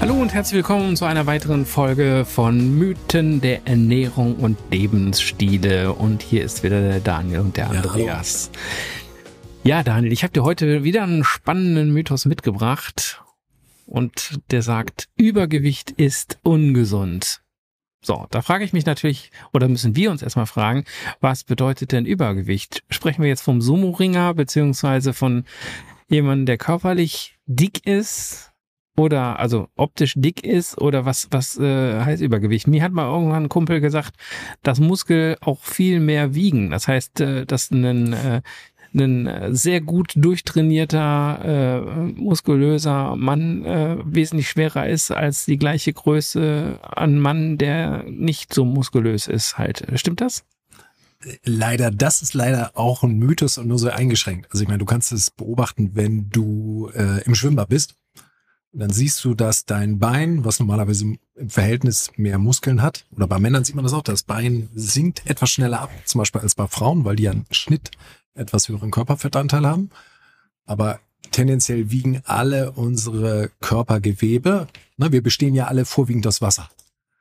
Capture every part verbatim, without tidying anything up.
Hallo und herzlich willkommen zu einer weiteren Folge von Mythen der Ernährung und Lebensstile. Und hier ist wieder der Daniel und der Andreas. Ja, ja Daniel, ich habe dir heute wieder einen spannenden Mythos mitgebracht. Und der sagt, Übergewicht ist ungesund. So, da frage ich mich natürlich, oder müssen wir uns erstmal fragen, was bedeutet denn Übergewicht? Sprechen wir jetzt vom Sumo-Ringer, beziehungsweise von jemandem, der körperlich dick ist? Oder also optisch dick ist oder was was äh, heißt Übergewicht? Mir hat mal irgendwann ein Kumpel gesagt, dass Muskel auch viel mehr wiegen. Das heißt, äh, dass ein, äh, ein sehr gut durchtrainierter, äh, muskulöser Mann äh, wesentlich schwerer ist als die gleiche Größe an Mann, der nicht so muskulös ist halt. Stimmt das? Leider, das ist leider auch ein Mythos und nur so eingeschränkt. Also ich meine, du kannst es beobachten, wenn du äh, im Schwimmbad bist. Dann siehst du, dass dein Bein, was normalerweise im Verhältnis mehr Muskeln hat, oder bei Männern sieht man das auch, das Bein sinkt etwas schneller ab, zum Beispiel als bei Frauen, weil die ja im Schnitt etwas höheren Körperfettanteil haben. Aber tendenziell wiegen alle unsere Körpergewebe, na, wir bestehen ja alle vorwiegend aus Wasser.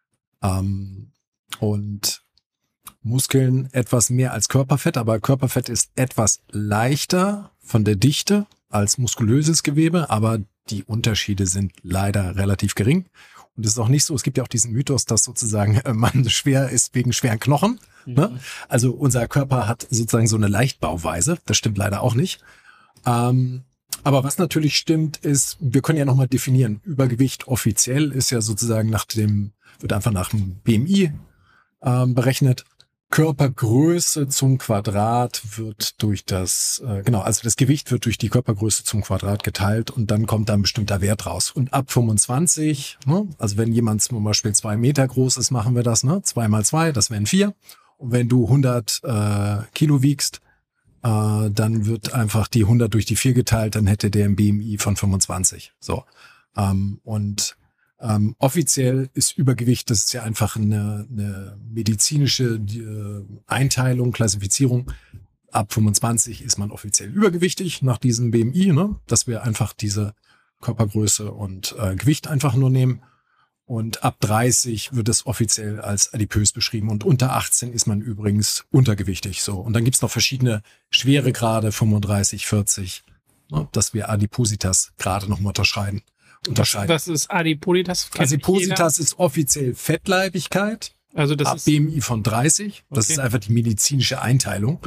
Ähm, und Muskeln etwas mehr als Körperfett, aber Körperfett ist etwas leichter von der Dichte als muskulöses Gewebe, aber die Unterschiede sind leider relativ gering. Und es ist auch nicht so, es gibt ja auch diesen Mythos, dass sozusagen man schwer ist wegen schweren Knochen. Mhm. Ne? Also unser Körper hat sozusagen so eine Leichtbauweise. Das stimmt leider auch nicht. Ähm, aber was natürlich stimmt, ist, wir können ja nochmal definieren. Übergewicht offiziell ist ja sozusagen nach dem, wird einfach nach dem B M I ähm, berechnet. Körpergröße zum Quadrat wird durch das, äh, genau, also das Gewicht wird durch die Körpergröße zum Quadrat geteilt und dann kommt da ein bestimmter Wert raus. Und ab fünfundzwanzig, ne, also wenn jemand zum Beispiel zwei Meter groß ist, machen wir das, ne, zwei mal zwei, das wären vier. Und wenn du hundert äh, Kilo wiegst, äh, dann wird einfach die hundert durch die vier geteilt, dann hätte der ein B M I von fünfundzwanzig. So, ähm, und Ähm, offiziell ist Übergewicht, das ist ja einfach eine, eine medizinische äh, Einteilung, Klassifizierung. Ab fünfundzwanzig ist man offiziell übergewichtig nach diesem B M I, ne? Dass wir einfach diese Körpergröße und äh, Gewicht einfach nur nehmen. Und ab dreißig wird es offiziell als adipös beschrieben. Und unter achtzehn ist man übrigens untergewichtig. So. Und dann gibt's noch verschiedene Schweregrade, fünfunddreißig, vierzig, ne? Dass wir Adipositas gerade nochmal unterscheiden. unterscheiden. Was ist Adipositas? Adipositas ist offiziell Fettleibigkeit. Also das ab ist B M I von dreißig. Das okay. Ist einfach die medizinische Einteilung.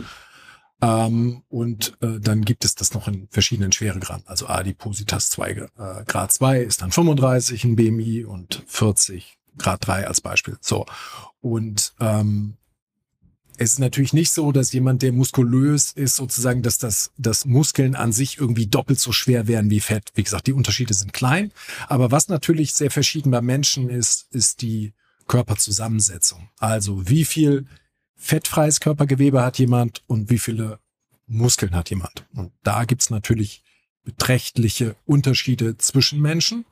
Ähm, und äh, dann gibt es das noch in verschiedenen Schweregraden. Also Adipositas zwei, äh, Grad zwei ist dann fünfunddreißig ein B M I und vierzig Grad drei als Beispiel. So. Und ähm, es ist natürlich nicht so, dass jemand, der muskulös ist, sozusagen, dass das, dass Muskeln an sich irgendwie doppelt so schwer wären wie Fett. Wie gesagt, die Unterschiede sind klein. Aber was natürlich sehr verschieden bei Menschen ist, ist die Körperzusammensetzung. Also wie viel fettfreies Körpergewebe hat jemand und wie viele Muskeln hat jemand. Und da gibt's natürlich beträchtliche Unterschiede zwischen Menschen.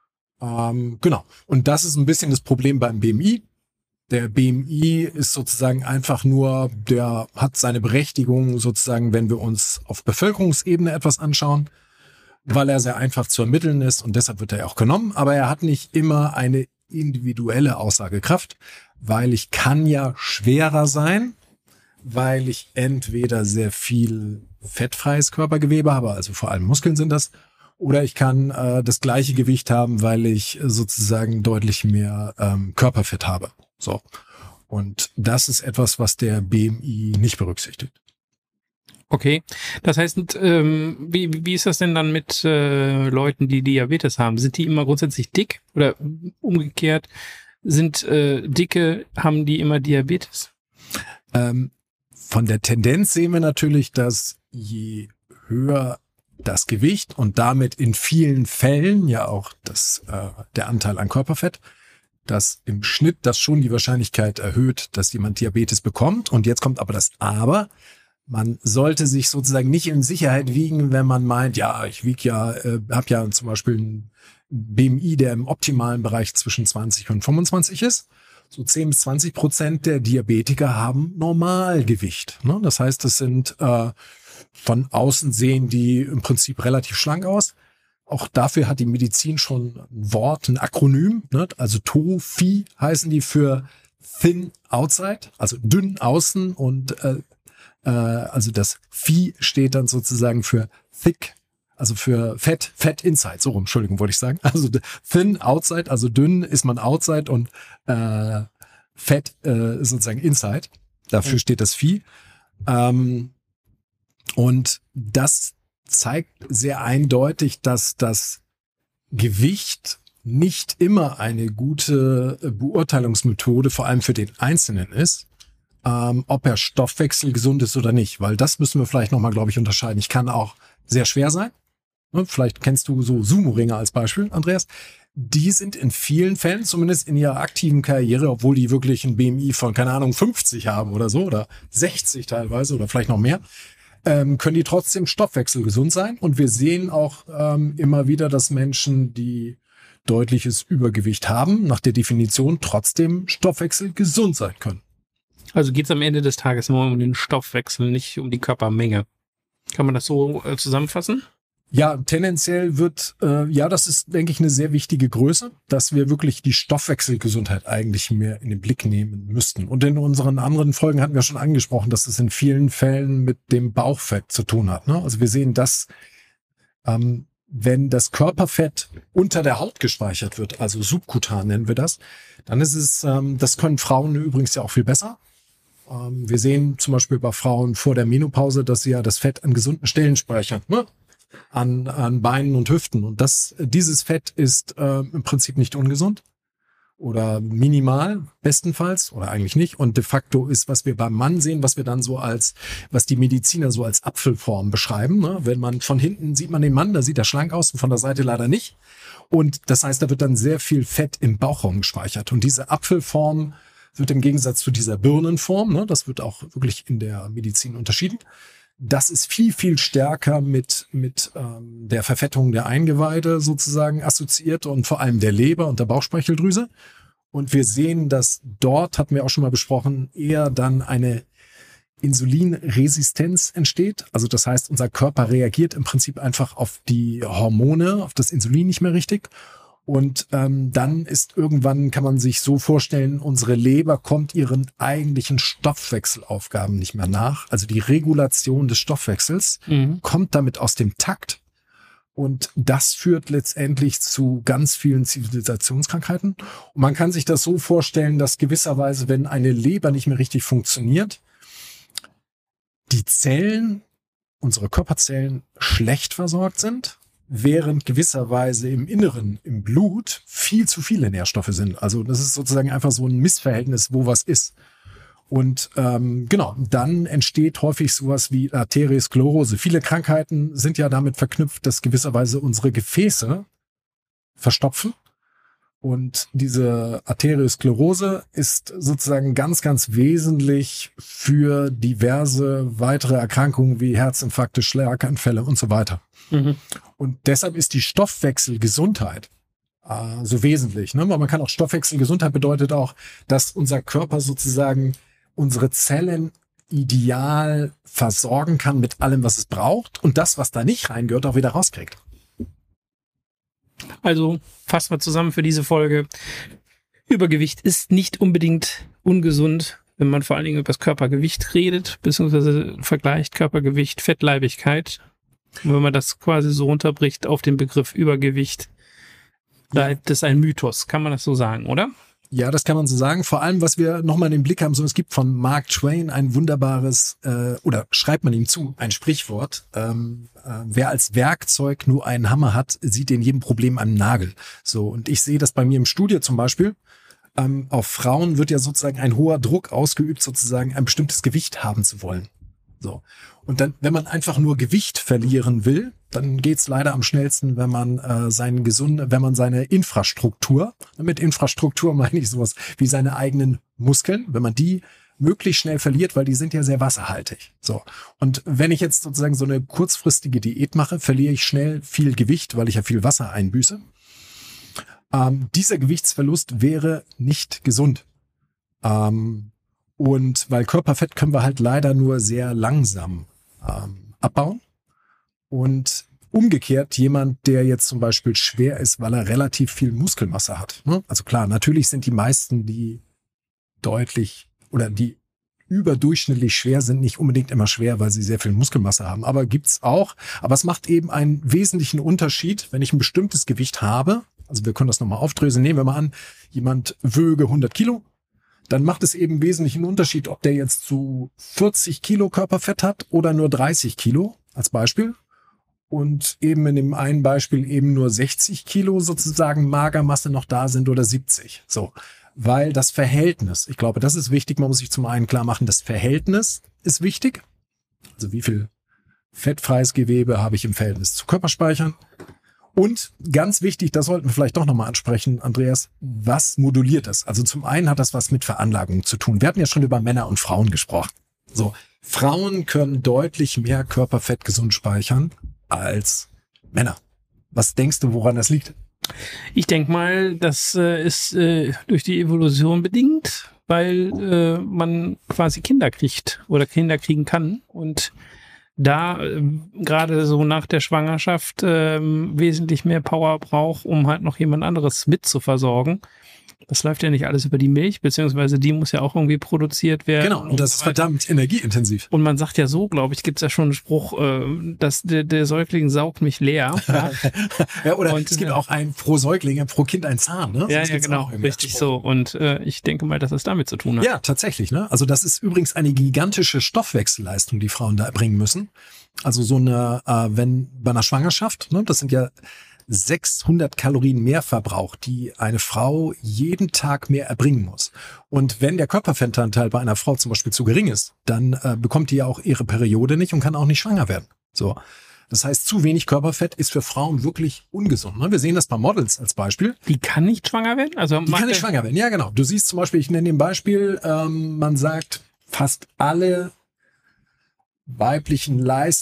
Ähm, genau. Und das ist ein bisschen das Problem beim B M I. Der B M I ist sozusagen einfach nur, der hat seine Berechtigung sozusagen, wenn wir uns auf Bevölkerungsebene etwas anschauen, weil er sehr einfach zu ermitteln ist und deshalb wird er ja auch genommen. Aber er hat nicht immer eine individuelle Aussagekraft, weil ich kann ja schwerer sein, weil ich entweder sehr viel fettfreies Körpergewebe habe, also vor allem Muskeln sind das, oder ich kann äh, das gleiche Gewicht haben, weil ich sozusagen deutlich mehr ähm, Körperfett habe. So. Und das ist etwas, was der B M I nicht berücksichtigt. Okay. Das heißt, ähm, wie, wie ist das denn dann mit äh, Leuten, die Diabetes haben? Sind die immer grundsätzlich dick? Oder umgekehrt, sind äh, Dicke, haben die immer Diabetes? Ähm, von der Tendenz sehen wir natürlich, dass je höher das Gewicht und damit in vielen Fällen ja auch das, äh, der Anteil an Körperfett, dass im Schnitt das schon die Wahrscheinlichkeit erhöht, dass jemand Diabetes bekommt. Und jetzt kommt aber das Aber. Man sollte sich sozusagen nicht in Sicherheit wiegen, wenn man meint, ja, ich wiege ja, äh, habe ja zum Beispiel einen B M I, der im optimalen Bereich zwischen zwanzig und fünfundzwanzig ist. So zehn bis zwanzig Prozent der Diabetiker haben Normalgewicht. Ne? Das heißt, das sind äh, von außen sehen die im Prinzip relativ schlank aus. Auch dafür hat die Medizin schon ein Wort, ein Akronym, ne? Also T O F I heißen die für Thin Outside, also dünn außen, und äh, äh, also das Phi steht dann sozusagen für Thick, also für Fett, Fett Inside, so rum, Entschuldigung, wollte ich sagen. Also Thin Outside, also dünn ist man Outside und äh, Fett äh, sozusagen Inside. Dafür steht das Phi. Ähm, und das zeigt sehr eindeutig, dass das Gewicht nicht immer eine gute Beurteilungsmethode, vor allem für den Einzelnen ist, ähm, ob er Stoffwechsel gesund ist oder nicht. Weil das müssen wir vielleicht nochmal, glaube ich, unterscheiden. Ich kann auch sehr schwer sein. Ne? Vielleicht kennst du so Sumo-Ringer als Beispiel, Andreas. Die sind in vielen Fällen, zumindest in ihrer aktiven Karriere, obwohl die wirklich ein B M I von, keine Ahnung, fünfzig haben oder so, oder sechzig teilweise oder vielleicht noch mehr, ähm, können die trotzdem stoffwechselgesund sein. Und wir sehen auch ähm, immer wieder, dass Menschen, die deutliches Übergewicht haben, nach der Definition trotzdem stoffwechselgesund sein können. Also geht es am Ende des Tages nur um den Stoffwechsel, nicht um die Körpermenge. Kann man das so äh, zusammenfassen? Ja, tendenziell wird, äh, ja, das ist, denke ich, eine sehr wichtige Größe, dass wir wirklich die Stoffwechselgesundheit eigentlich mehr in den Blick nehmen müssten. Und in unseren anderen Folgen hatten wir schon angesprochen, dass es in vielen Fällen mit dem Bauchfett zu tun hat. Ne? Also wir sehen, dass ähm, wenn das Körperfett unter der Haut gespeichert wird, also subkutan nennen wir das, dann ist es, ähm, das können Frauen übrigens ja auch viel besser. Ähm, wir sehen zum Beispiel bei Frauen vor der Menopause, dass sie ja das Fett an gesunden Stellen speichern. Ne? An, an Beinen und Hüften. Und das, dieses Fett ist äh, im Prinzip nicht ungesund oder minimal bestenfalls oder eigentlich nicht. Und de facto ist, was wir beim Mann sehen, was wir dann so als, was die Mediziner so als Apfelform beschreiben. Ne? Wenn man von hinten sieht man den Mann, da sieht er schlank aus und von der Seite leider nicht. Und das heißt, da wird dann sehr viel Fett im Bauchraum gespeichert. Und diese Apfelform wird im Gegensatz zu dieser Birnenform, ne, das wird auch wirklich in der Medizin unterschieden, das ist viel, viel stärker mit, mit ähm, der Verfettung der Eingeweide sozusagen assoziiert und vor allem der Leber und der Bauchspeicheldrüse. Und wir sehen, dass dort, hatten wir auch schon mal besprochen, eher dann eine Insulinresistenz entsteht. Also das heißt, unser Körper reagiert im Prinzip einfach auf die Hormone, auf das Insulin nicht mehr richtig. Und ähm, dann ist irgendwann, kann man sich so vorstellen, unsere Leber kommt ihren eigentlichen Stoffwechselaufgaben nicht mehr nach. Also die Regulation des Stoffwechsels mhm. kommt damit aus dem Takt. Und das führt letztendlich zu ganz vielen Zivilisationskrankheiten. Und man kann sich das so vorstellen, dass gewisserweise, wenn eine Leber nicht mehr richtig funktioniert, die Zellen, unsere Körperzellen, schlecht versorgt sind, während gewisserweise im Inneren, im Blut, viel zu viele Nährstoffe sind. Also das ist sozusagen einfach so ein Missverhältnis, wo was ist. Und ähm, genau, dann entsteht häufig sowas wie Arteriosklerose. Viele Krankheiten sind ja damit verknüpft, dass gewisserweise unsere Gefäße verstopfen. Und diese Arteriosklerose ist sozusagen ganz, ganz wesentlich für diverse weitere Erkrankungen wie Herzinfarkte, Schlaganfälle und so weiter. Mhm. Und deshalb ist die Stoffwechselgesundheit äh, so wesentlich. Ne? Weil man kann auch Stoffwechselgesundheit bedeutet auch, dass unser Körper sozusagen unsere Zellen ideal versorgen kann mit allem, was es braucht und das, was da nicht reingehört, auch wieder rauskriegt. Also fassen wir zusammen für diese Folge. Übergewicht ist nicht unbedingt ungesund, wenn man vor allen Dingen über das Körpergewicht redet, beziehungsweise vergleicht Körpergewicht, Fettleibigkeit. Und wenn man das quasi so runterbricht auf den Begriff Übergewicht, bleibt es ein Mythos. Kann man das so sagen, oder? Ja, das kann man so sagen. Vor allem, was wir nochmal in den Blick haben, so es gibt von Mark Twain ein wunderbares, äh, oder schreibt man ihm zu, ein Sprichwort. Ähm, äh, wer als Werkzeug nur einen Hammer hat, sieht in jedem Problem einen Nagel. So, und ich sehe das bei mir im Studio zum Beispiel. Ähm, auf Frauen wird ja sozusagen ein hoher Druck ausgeübt, sozusagen ein bestimmtes Gewicht haben zu wollen. So. Und dann, wenn man einfach nur Gewicht verlieren will, dann geht's leider am schnellsten, wenn man äh, seinen gesunde, wenn man seine Infrastruktur, mit Infrastruktur meine ich sowas wie seine eigenen Muskeln, wenn man die möglichst schnell verliert, weil die sind ja sehr wasserhaltig. So. Und wenn ich jetzt sozusagen so eine kurzfristige Diät mache, verliere ich schnell viel Gewicht, weil ich ja viel Wasser einbüße. Ähm, dieser Gewichtsverlust wäre nicht gesund. Ähm, Und weil Körperfett können wir halt leider nur sehr langsam ähm, abbauen. Und Umgekehrt jemand, der jetzt zum Beispiel schwer ist, weil er relativ viel Muskelmasse hat. Ne? Also klar, natürlich sind die meisten, die deutlich oder die überdurchschnittlich schwer sind, nicht unbedingt immer schwer, weil sie sehr viel Muskelmasse haben. Aber gibt's auch. Aber es macht eben einen wesentlichen Unterschied, wenn ich ein bestimmtes Gewicht habe. Also wir können das nochmal aufdröseln. Nehmen wir mal an, jemand wöge hundert Kilo. Dann macht es eben einen wesentlichen Unterschied, ob der jetzt so vierzig Kilo Körperfett hat oder nur dreißig Kilo als Beispiel. Und eben in dem einen Beispiel eben nur sechzig Kilo sozusagen Magermasse noch da sind oder siebzig. So. Weil das Verhältnis, ich glaube, das ist wichtig, man muss sich zum einen klar machen, das Verhältnis ist wichtig. Also wie viel fettfreies Gewebe habe ich im Verhältnis zu Körperspeichern. Und ganz wichtig, das sollten wir vielleicht doch nochmal ansprechen, Andreas, was moduliert das? Also zum einen hat das was mit Veranlagung zu tun. Wir hatten ja schon über Männer und Frauen gesprochen. So, Frauen können deutlich mehr Körperfett gesund speichern als Männer. Was denkst du, woran das liegt? Ich denke mal, das äh, ist äh, durch die Evolution bedingt, weil äh, man quasi Kinder kriegt oder Kinder kriegen kann und da äh, gerade so nach der Schwangerschaft äh, wesentlich mehr Power braucht, um halt noch jemand anderes mit zu versorgen. Das läuft ja nicht alles über die Milch, beziehungsweise die muss ja auch irgendwie produziert werden. Genau, und das ist verdammt energieintensiv. Und man sagt ja so, glaube ich, gibt es ja schon einen Spruch, äh, dass der, der Säugling saugt mich leer. Ja, ja oder und, es gibt auch ein pro Säugling, pro Kind ein Zahn. Ne? Ja, ja, genau, richtig so. Und äh, ich denke mal, dass es damit zu tun hat. Ja, tatsächlich. Ne? Also das ist übrigens eine gigantische Stoffwechselleistung, die Frauen da erbringen müssen. Also so eine, äh, wenn bei einer Schwangerschaft, ne, das sind ja sechshundert Kalorien mehr Verbrauch, die eine Frau jeden Tag mehr erbringen muss. Und wenn der Körperfettanteil bei einer Frau zum Beispiel zu gering ist, dann äh, bekommt die ja auch ihre Periode nicht und kann auch nicht schwanger werden. So, das heißt, zu wenig Körperfett ist für Frauen wirklich ungesund. Ne? Wir sehen das bei Models als Beispiel. Die kann nicht schwanger werden? Also die kann nicht schwanger werden, ja genau. Du siehst zum Beispiel, ich nenne den Beispiel, ähm, man sagt, fast alle weiblichen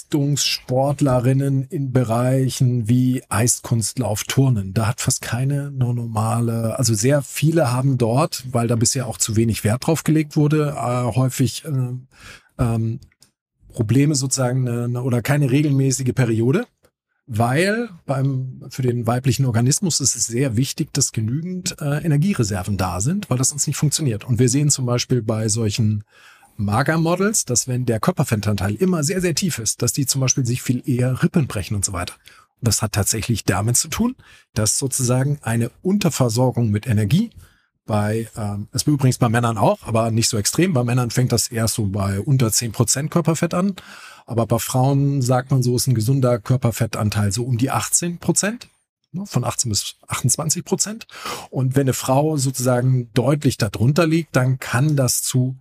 Leistungssportlerinnen in Bereichen wie Eiskunstlauf, Turnen. Da hat fast keine normale, also sehr viele haben dort, weil da bisher auch zu wenig Wert drauf gelegt wurde, äh, häufig äh, ähm, Probleme sozusagen äh, oder keine regelmäßige Periode, weil beim für den weiblichen Organismus ist es sehr wichtig, dass genügend äh, Energiereserven da sind, weil das sonst nicht funktioniert. Und wir sehen zum Beispiel bei solchen Magermodels, dass wenn der Körperfettanteil immer sehr, sehr tief ist, dass die zum Beispiel sich viel eher Rippen brechen und so weiter. Und das hat tatsächlich damit zu tun, dass sozusagen eine Unterversorgung mit Energie bei, ähm, das ist übrigens bei Männern auch, aber nicht so extrem. Bei Männern fängt das erst so bei unter zehn Prozent Körperfett an. Aber bei Frauen sagt man so, ist ein gesunder Körperfettanteil so um die achtzehn Prozent. Von achtzehn bis achtundzwanzig Prozent. Und wenn eine Frau sozusagen deutlich darunter liegt, dann kann das zu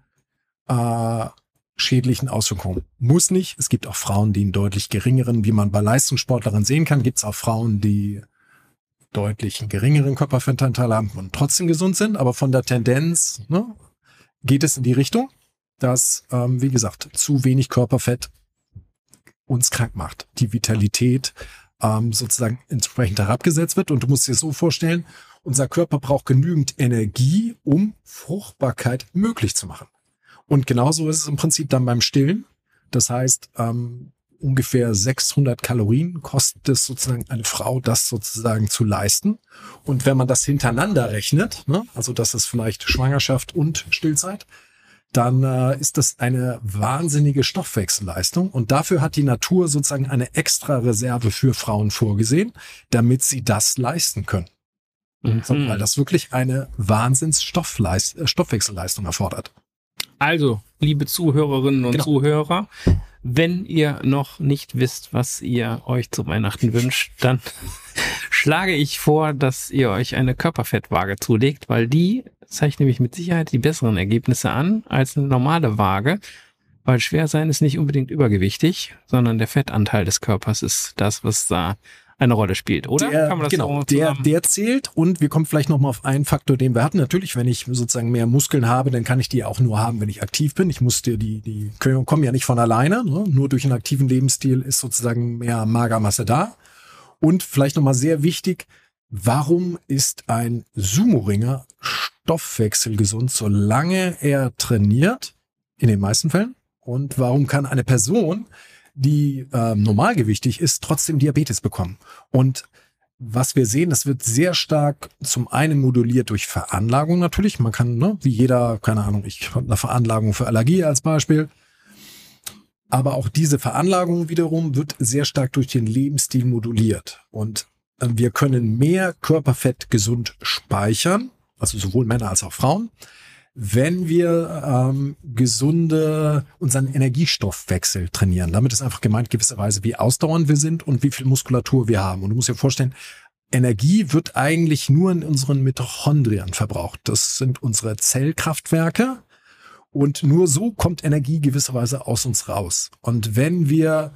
Äh, schädlichen Auswirkungen. Muss nicht. Es gibt auch Frauen, die einen deutlich geringeren, wie man bei Leistungssportlerinnen sehen kann, gibt es auch Frauen, die deutlich einen geringeren Körperfettanteil haben und trotzdem gesund sind. Aber von der Tendenz ne, geht es in die Richtung, dass, ähm, wie gesagt, zu wenig Körperfett uns krank macht. Die Vitalität ähm, sozusagen entsprechend herabgesetzt wird. Und du musst dir so vorstellen, unser Körper braucht genügend Energie, um Fruchtbarkeit möglich zu machen. Und genauso ist es im Prinzip dann beim Stillen. Das heißt, ähm, ungefähr sechshundert Kalorien kostet es sozusagen eine Frau, das sozusagen zu leisten. Und wenn man das hintereinander rechnet, ne, also das ist vielleicht Schwangerschaft und Stillzeit, dann äh, ist das eine wahnsinnige Stoffwechselleistung. Und dafür hat die Natur sozusagen eine extra Reserve für Frauen vorgesehen, damit sie das leisten können. Mhm. So, weil das wirklich eine Wahnsinns-Stoffwechselleistung erfordert. Also, liebe Zuhörerinnen und genau. Zuhörer, wenn ihr noch nicht wisst, was ihr euch zu Weihnachten wünscht, dann schlage ich vor, dass ihr euch eine Körperfettwaage zulegt, weil die zeigt nämlich mit Sicherheit die besseren Ergebnisse an als eine normale Waage, weil schwer sein ist nicht unbedingt übergewichtig, sondern der Fettanteil des Körpers ist das, was da eine Rolle spielt, oder? Der, Kann man das genau, so der, der zählt und wir kommen vielleicht noch mal auf einen Faktor, den wir hatten. Natürlich, wenn ich sozusagen mehr Muskeln habe, dann kann ich die auch nur haben, wenn ich aktiv bin. Ich muss dir die, die kommen ja nicht von alleine. Ne? Nur durch einen aktiven Lebensstil ist sozusagen mehr Magermasse da. Und vielleicht noch mal sehr wichtig, warum ist ein Sumo-Ringer stoffwechselgesund, solange er trainiert? In den meisten Fällen. Und warum kann eine Person, die äh, normalgewichtig ist, trotzdem Diabetes bekommen. Und was wir sehen, das wird sehr stark zum einen moduliert durch Veranlagung natürlich. Man kann, ne, wie jeder, keine Ahnung, ich habe eine Veranlagung für Allergie als Beispiel. Aber auch diese Veranlagung wiederum wird sehr stark durch den Lebensstil moduliert. Und äh, wir können mehr Körperfett gesund speichern, also sowohl Männer als auch Frauen, wenn wir ähm, gesunde, unseren Energiestoffwechsel trainieren. Damit ist einfach gemeint gewisserweise, wie ausdauernd wir sind und wie viel Muskulatur wir haben. Und du musst dir vorstellen, Energie wird eigentlich nur in unseren Mitochondrien verbraucht. Das sind unsere Zellkraftwerke. Und nur so kommt Energie gewisserweise aus uns raus. Und wenn wir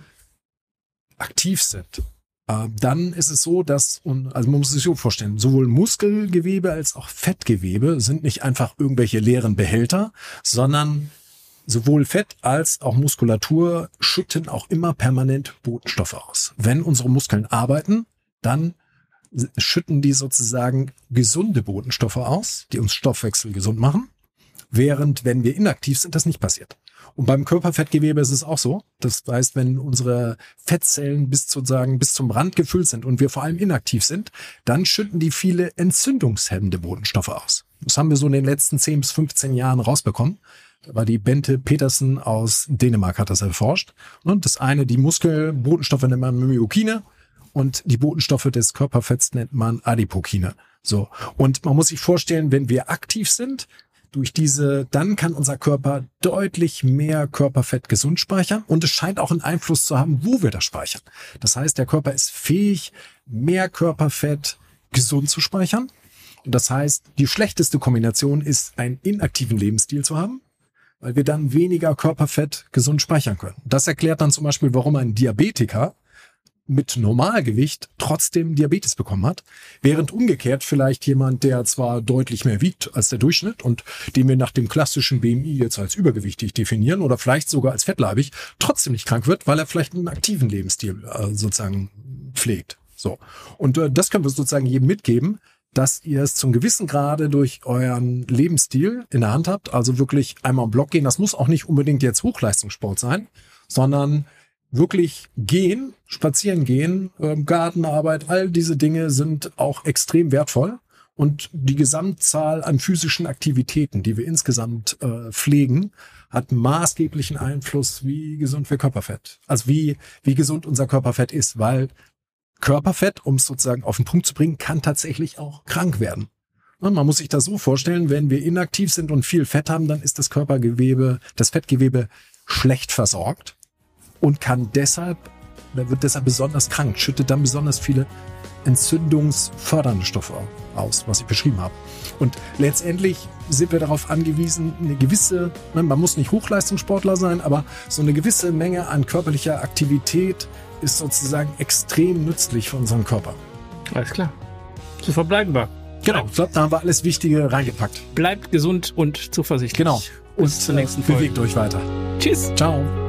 aktiv sind, äh, dann ist es so, dass, also man muss sich so vorstellen, sowohl Muskelgewebe als auch Fettgewebe sind nicht einfach irgendwelche leeren Behälter, sondern sowohl Fett als auch Muskulatur schütten auch immer permanent Botenstoffe aus. Wenn unsere Muskeln arbeiten, dann schütten die sozusagen gesunde Botenstoffe aus, die uns Stoffwechsel gesund machen. Während, wenn wir inaktiv sind, das nicht passiert. Und beim Körperfettgewebe ist es auch so. Das heißt, wenn unsere Fettzellen bis sozusagen bis zum Rand gefüllt sind und wir vor allem inaktiv sind, dann schütten die viele entzündungshemmende Botenstoffe aus. Das haben wir so in den letzten zehn bis fünfzehn Jahren rausbekommen. Da war die Bente Petersen aus Dänemark, hat das erforscht. Und das eine, die Muskelbotenstoffe nennt man Myokine und die Botenstoffe des Körperfetts nennt man Adipokine. So. Und man muss sich vorstellen, wenn wir aktiv sind, durch diese, dann kann unser Körper deutlich mehr Körperfett gesund speichern und es scheint auch einen Einfluss zu haben, wo wir das speichern. Das heißt, der Körper ist fähig, mehr Körperfett gesund zu speichern. Und das heißt, die schlechteste Kombination ist, einen inaktiven Lebensstil zu haben, weil wir dann weniger Körperfett gesund speichern können. Das erklärt dann zum Beispiel, warum ein Diabetiker mit Normalgewicht trotzdem Diabetes bekommen hat, während umgekehrt vielleicht jemand, der zwar deutlich mehr wiegt als der Durchschnitt und den wir nach dem klassischen B M I jetzt als übergewichtig definieren oder vielleicht sogar als fettleibig, trotzdem nicht krank wird, weil er vielleicht einen aktiven Lebensstil äh, sozusagen pflegt. So. Und äh, das können wir sozusagen jedem mitgeben, dass ihr es zum gewissen Grade durch euren Lebensstil in der Hand habt, also wirklich einmal am Block gehen. Das muss auch nicht unbedingt jetzt Hochleistungssport sein, sondern wirklich gehen, spazieren gehen, äh, Gartenarbeit, all diese Dinge sind auch extrem wertvoll. Und die Gesamtzahl an physischen Aktivitäten, die wir insgesamt äh, pflegen, hat maßgeblichen Einfluss, wie gesund wir Körperfett, also wie, wie gesund unser Körperfett ist, weil Körperfett, um es sozusagen auf den Punkt zu bringen, kann tatsächlich auch krank werden. Und man muss sich das so vorstellen, wenn wir inaktiv sind und viel Fett haben, dann ist das Körpergewebe, das Fettgewebe schlecht versorgt. Und kann deshalb, wird deshalb besonders krank, schüttet dann besonders viele entzündungsfördernde Stoffe aus, was ich beschrieben habe. Und letztendlich sind wir darauf angewiesen, eine gewisse, man muss nicht Hochleistungssportler sein, aber so eine gewisse Menge an körperlicher Aktivität ist sozusagen extrem nützlich für unseren Körper. Alles klar. So verbleiben wir. Genau, ich glaube, da haben wir alles Wichtige reingepackt. Bleibt gesund und zuversichtlich. Genau. Und bis zur nächsten Folge. Bewegt euch weiter. Tschüss. Ciao.